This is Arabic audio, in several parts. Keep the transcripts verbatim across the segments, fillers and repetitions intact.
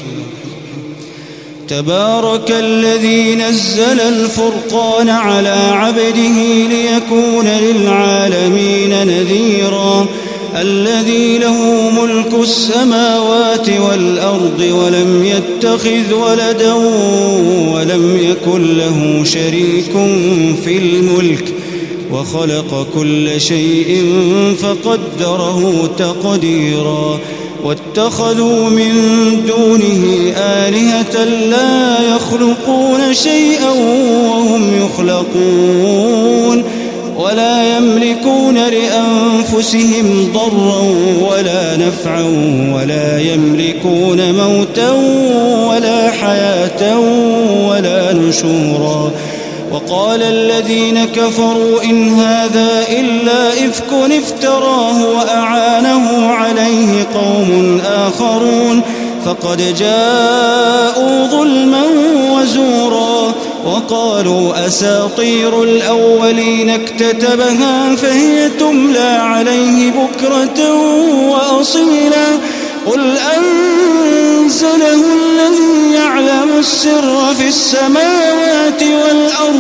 تبارك الذي نزل الفرقان على عبده ليكون للعالمين نذيرا الذي له ملك السماوات والأرض ولم يتخذ ولدا ولم يكن له شريك في الملك وخلق كل شيء فقدره تقديرا واتخذوا من دونه آلهة لا يخلقون شيئا وهم يخلقون ولا يملكون لأنفسهم ضرا ولا نفعا ولا يملكون موتا ولا حياة ولا نشورا وقال الذين كفروا إن هذا إلا إفك افتراه وأعانه عليه قوم آخرون فقد جاءوا ظلما وزورا وقالوا أساطير الأولين اكتتبها فهي تملى عليه بكرة وأصيلا قل أنزله الذي يعلم السر في السماوات والأرض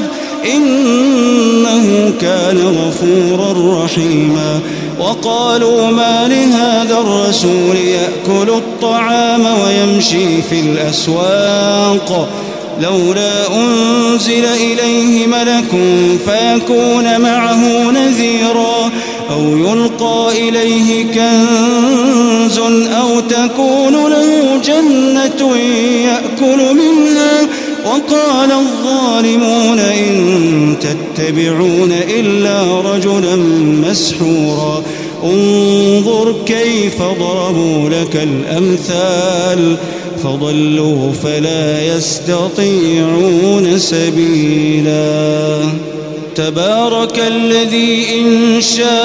إنه كان غفورا رحيما وقالوا ما لهذا الرسول يأكل الطعام ويمشي في الأسواق لولا أنزل إليه ملك فيكون معه نذيرا أو يلقى إليه كنز أو تكون له جنة يأكل منها وقال الظالمون إن تتبعون إلا رجلا مسحورا انظر كيف ضربوا لك الأمثال فضلوا فلا يستطيعون سبيلا تبارك الذي إن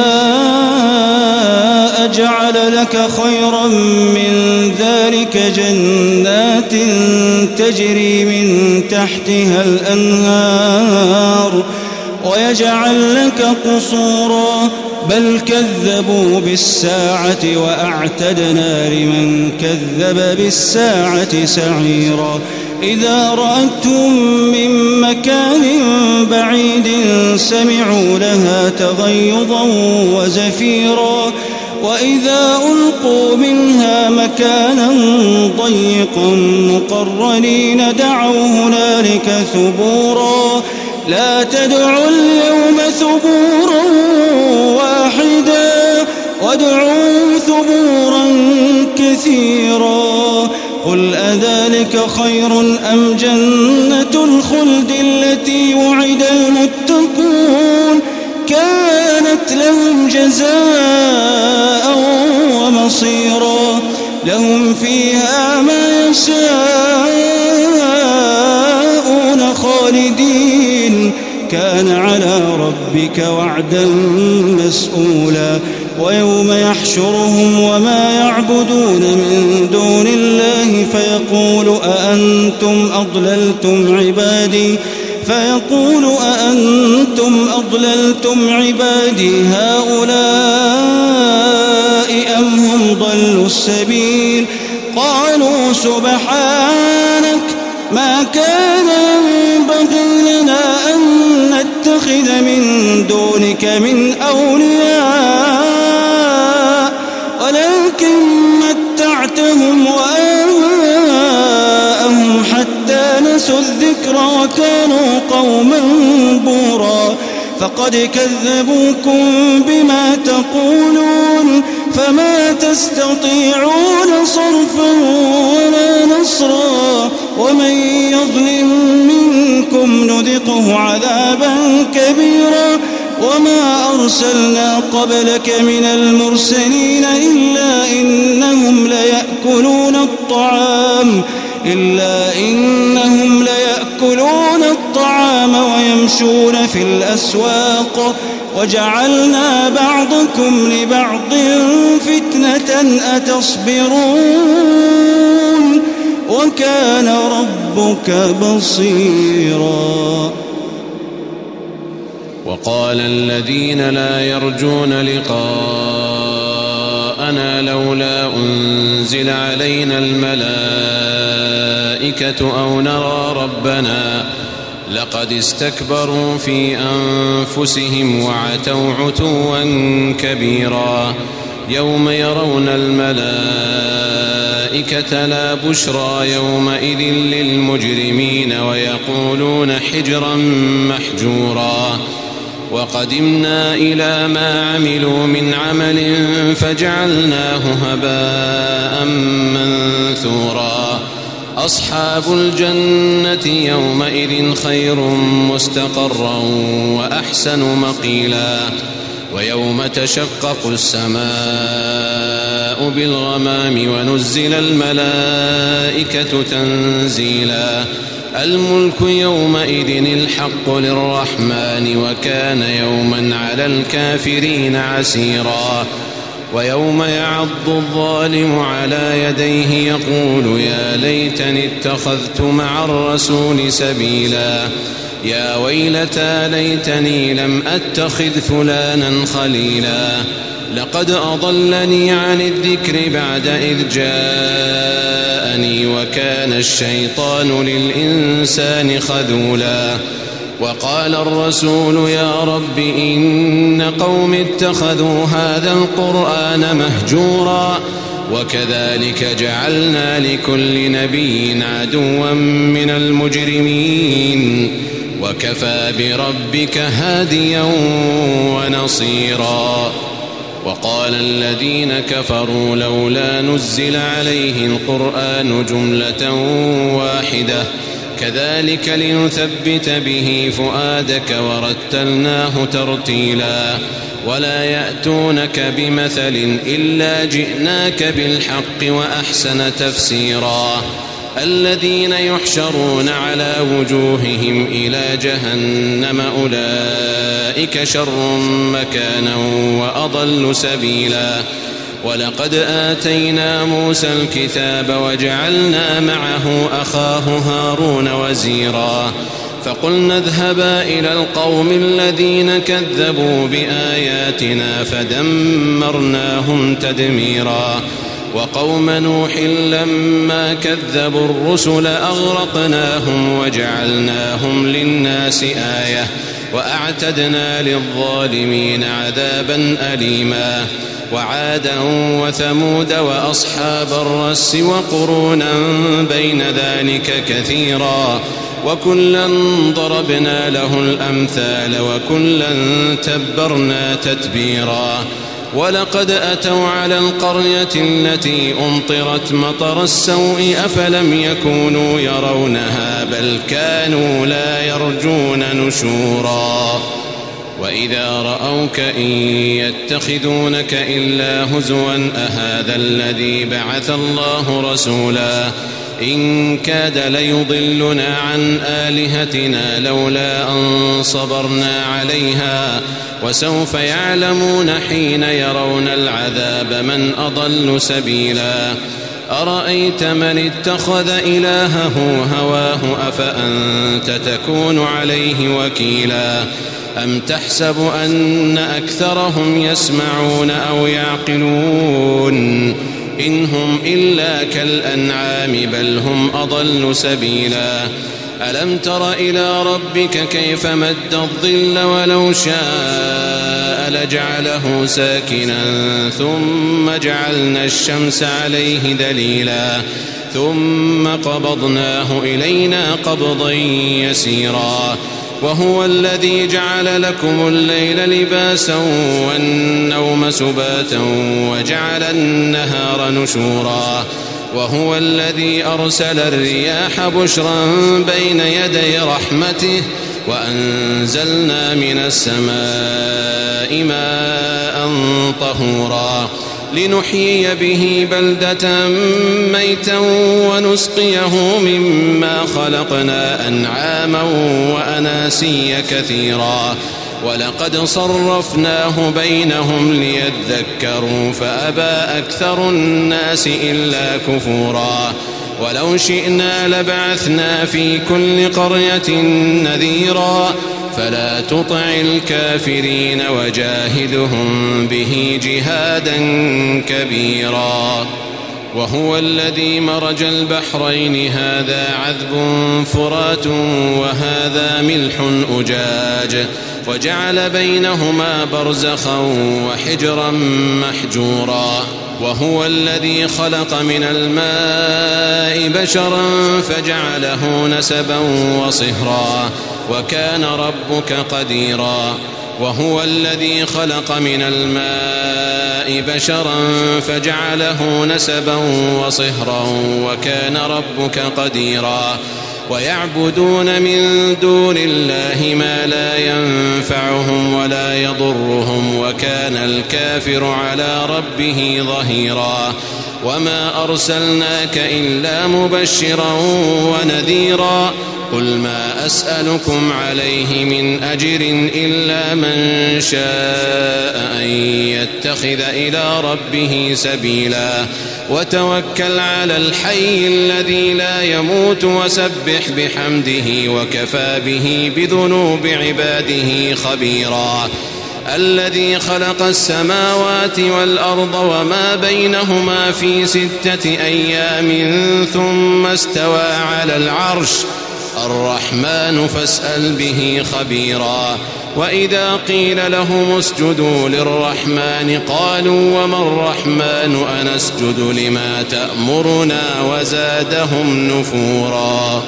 شاء جعل لك خيرا من ذلك جنات تجري من تحتها الأنهار ويجعل لك قصورا بل كذبوا بالساعة وأعتدنا لمن كذب بالساعة سعيرا إذا رأتهم من مكان بعيد سمعوا لها تغيظا وزفيرا وإذا ألقوا منها مكانا ضيقا مقرنين دعوا هنالك ثبورا لا تدعوا اليوم ثبورا واحدا وادعوا ثبورا كثيرا قل أذلك خير أم جنة الخلد التي وعد المتقون كانت لهم جزاء ومصيرا لهم فيها ما يشاءون خالدين كان على ربك وعدا مسؤولا ويوم يحشرهم وما يعبدون من دون الله فيقول أأنتم أضللتم عبادي فيقول أأنتم أضللتم عبادي هؤلاء أم هم ضلوا السبيل قالوا سبحانك ما كان ينبغي لنا أن نتخذ من دونك من أولياء ولكن متعتهم وآباءهم حتى نسوا الذكر وكانوا قوما بورا فقد كذبوكم بما تقولون فما تستطيعون صرفا ولا نصرا ومن يظلم منكم نذقه عذابا كبيرا وما أرسلنا قبلك من المرسلين إلا إنهم ليأكلون الطعام إلا إنهم ليأكلون الطعام ويمشون في الأسواق وجعلنا بعضكم لبعض فتنة أتصبرون وكان ربك بصيرا وقال الذين لا يرجون لقاءنا لولا أنزل علينا الملائكة الملائكة أو نرى ربنا لقد استكبروا في أنفسهم وعتوا عتوا كبيرا يوم يرون الملائكة لا بشرى يومئذ للمجرمين ويقولون حجرا محجورا وقدمنا إلى ما عملوا من عمل فجعلناه هباء منثورا أصحاب الجنة يومئذ خير مستقرا وأحسن مقيلا ويوم تشقق السماء بالغمام ونزل الملائكة تنزيلا الملك يومئذ الحق للرحمن وكان يوما على الكافرين عسيرا ويوم يعض الظالم على يديه يقول يا ليتني اتخذت مع الرسول سبيلا يا ويلتى ليتني لم أتخذ فلانا خليلا لقد أضلني عن الذكر بعد إذ جاءني وكان الشيطان للإنسان خذولا وقال الرسول يا رب إن قوم اتخذوا هذا القرآن مهجورا وكذلك جعلنا لكل نبي عدوا من المجرمين وكفى بربك هاديا ونصيرا وقال الذين كفروا لولا نزل عليه القرآن جملة واحدة كذلك لنثبت به فؤادك ورتلناه ترتيلا ولا يأتونك بمثل إلا جئناك بالحق وأحسن تفسيرا الذين يحشرون على وجوههم إلى جهنم أولئك شر مكانا وأضل سبيلا ولقد آتينا موسى الكتاب وجعلنا معه أخاه هارون وزيرا فقلنا اذهبا إلى القوم الذين كذبوا بآياتنا فدمرناهم تدميرا وقوم نوح لما كذبوا الرسل أغرقناهم وجعلناهم للناس آية وأعتدنا للظالمين عذابا أليما وعادا وثمود وأصحاب الرس وقرونا بين ذلك كثيرا وكلا ضربنا له الأمثال وكلا تبرنا تتبيرا ولقد أتوا على القرية التي أمطرت مطر السوء أفلم يكونوا يرونها بل كانوا لا يرجون نشورا وإذا رأوك إن يتخذونك إلا هزوا أهذا الذي بعث الله رسولا إن كاد ليضلنا عن آلهتنا لولا أن صبرنا عليها وسوف يعلمون حين يرون العذاب من أضل سبيلا أرأيت من اتخذ إلهه هواه أفأنت تكون عليه وكيلا أم تحسب أن أكثرهم يسمعون أو يعقلون إن هم إلا كالأنعام بل هم أضل سبيلا ألم تر إلى ربك كيف مد الظل ولو شاء لجعله ساكنا ثم جعلنا الشمس عليه دليلا ثم قبضناه إلينا قبضا يسيرا وهو الذي جعل لكم الليل لباسا والنوم سباتا وجعل النهار نشورا وهو الذي أرسل الرياح بشرا بين يدي رحمته وأنزلنا من السماء ماء طهورا لنحيي به بلدة ميتا ونسقيه مما خلقنا أنعاما وأناسيا كثيرا ولقد صرفناه بينهم ليذكروا فأبى أكثر الناس إلا كفورا ولو شئنا لبعثنا في كل قرية نذيرا فلا تطع الكافرين وجاهدهم به جهادا كبيرا وهو الذي مرج البحرين هذا عذب فرات وهذا ملح أجاج وجعل بينهما برزخا وحجرا محجورا وهو الذي خلق من الماء بشرا فجعله نسبا وصهرا وكان ربك قديرا وهو الذي خلق من الماء بشرا فجعله نسبا وصهرا وكان ربك قديرا ويعبدون من دون الله ما لا ينفعهم ولا يضرهم وكان الكافر على ربه ظهيرا وما أرسلناك إلا مبشرا ونذيرا قل ما أسألكم عليه من أجر إلا من شاء أن يتخذ إلى ربه سبيلا وتوكل على الحي الذي لا يموت وسبح بحمده وكفى به بذنوب عباده خبيرا الذي خلق السماوات والأرض وما بينهما في ستة أيام ثم استوى على العرش الرحمن فاسأل به خبيرا وإذا قيل لهم اسجدوا للرحمن قالوا وما الرحمن أنسجد لما تأمرنا وزادهم نفورا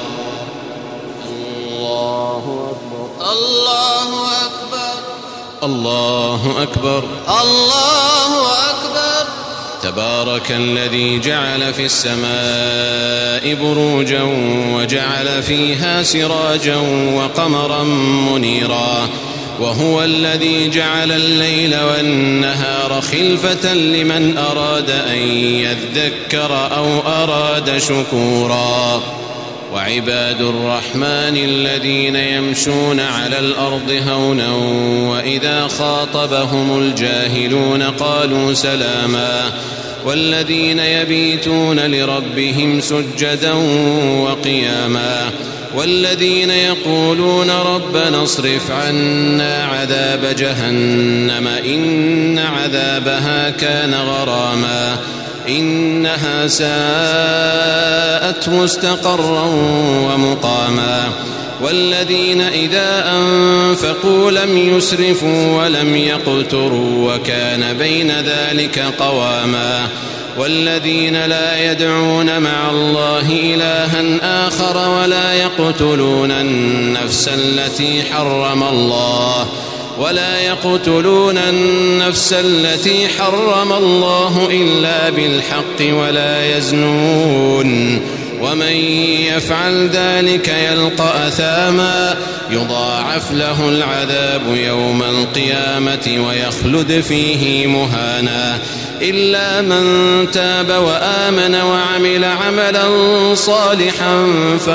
الله أكبر الله أكبر الله أكبر الله أكبر تبارك الذي جعل في السماء بروجا وجعل فيها سراجا وقمرا منيرا وهو الذي جعل الليل والنهار خلفة لمن أراد أن يذكر أو أراد شكورا وعباد الرحمن الذين يمشون على الأرض هونا وإذا خاطبهم الجاهلون قالوا سلاما والذين يبيتون لربهم سجدا وقياما والذين يقولون ربنا اصرف عنا عذاب جهنم إن عذابها كان غراما إنها ساءت مستقرا ومقاما والذين إذا أنفقوا لم يسرفوا ولم يقتروا وكان بين ذلك قواما والذين لا يدعون مع الله إلها آخر ولا يقتلون النفس التي حرم الله ولا يقتلون النفس التي حرم الله إلا بالحق ولا يزنون ومن يفعل ذلك يلقى أثاما يضاعف له العذاب يوم القيامة ويخلد فيه مهانا إلا من تاب وآمن وعمل عملا صالحا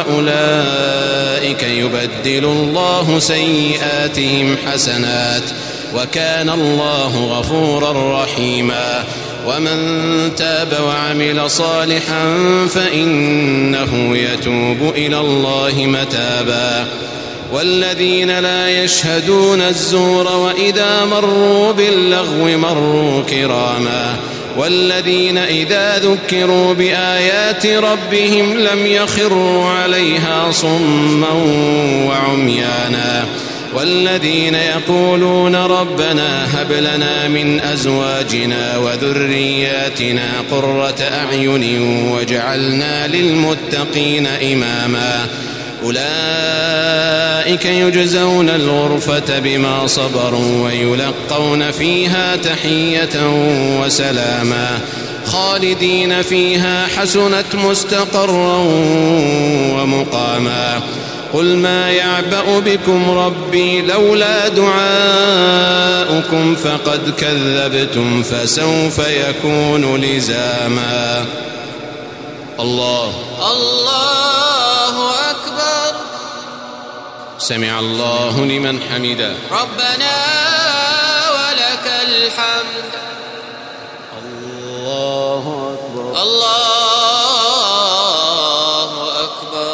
فأولئك يبدل الله سيئاتهم حسنات وكان الله غفورا رحيما ومن تاب وعمل صالحا فإنه يتوب إلى الله متابا والذين لا يشهدون الزور وإذا مروا باللغو مروا كراما والذين إذا ذكروا بآيات ربهم لم يخروا عليها صما وعميانا والذين يقولون ربنا هب لنا من أزواجنا وذرياتنا قرة أعين واجعلنا للمتقين إماما أولئك يجزون الغرفة بما صبروا ويلقون فيها تحية وسلاما خالدين فيها حسنت مستقرا ومقاما قل ما يعبأ بكم ربي لولا دعاؤكم فقد كذبتم فسوف يكون لزاما الله الله أكبر سمع الله لمن حمده ربنا ولك الحمد الله أكبر الله أكبر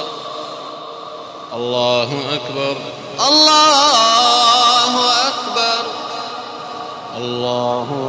الله أكبر الله أكبر الله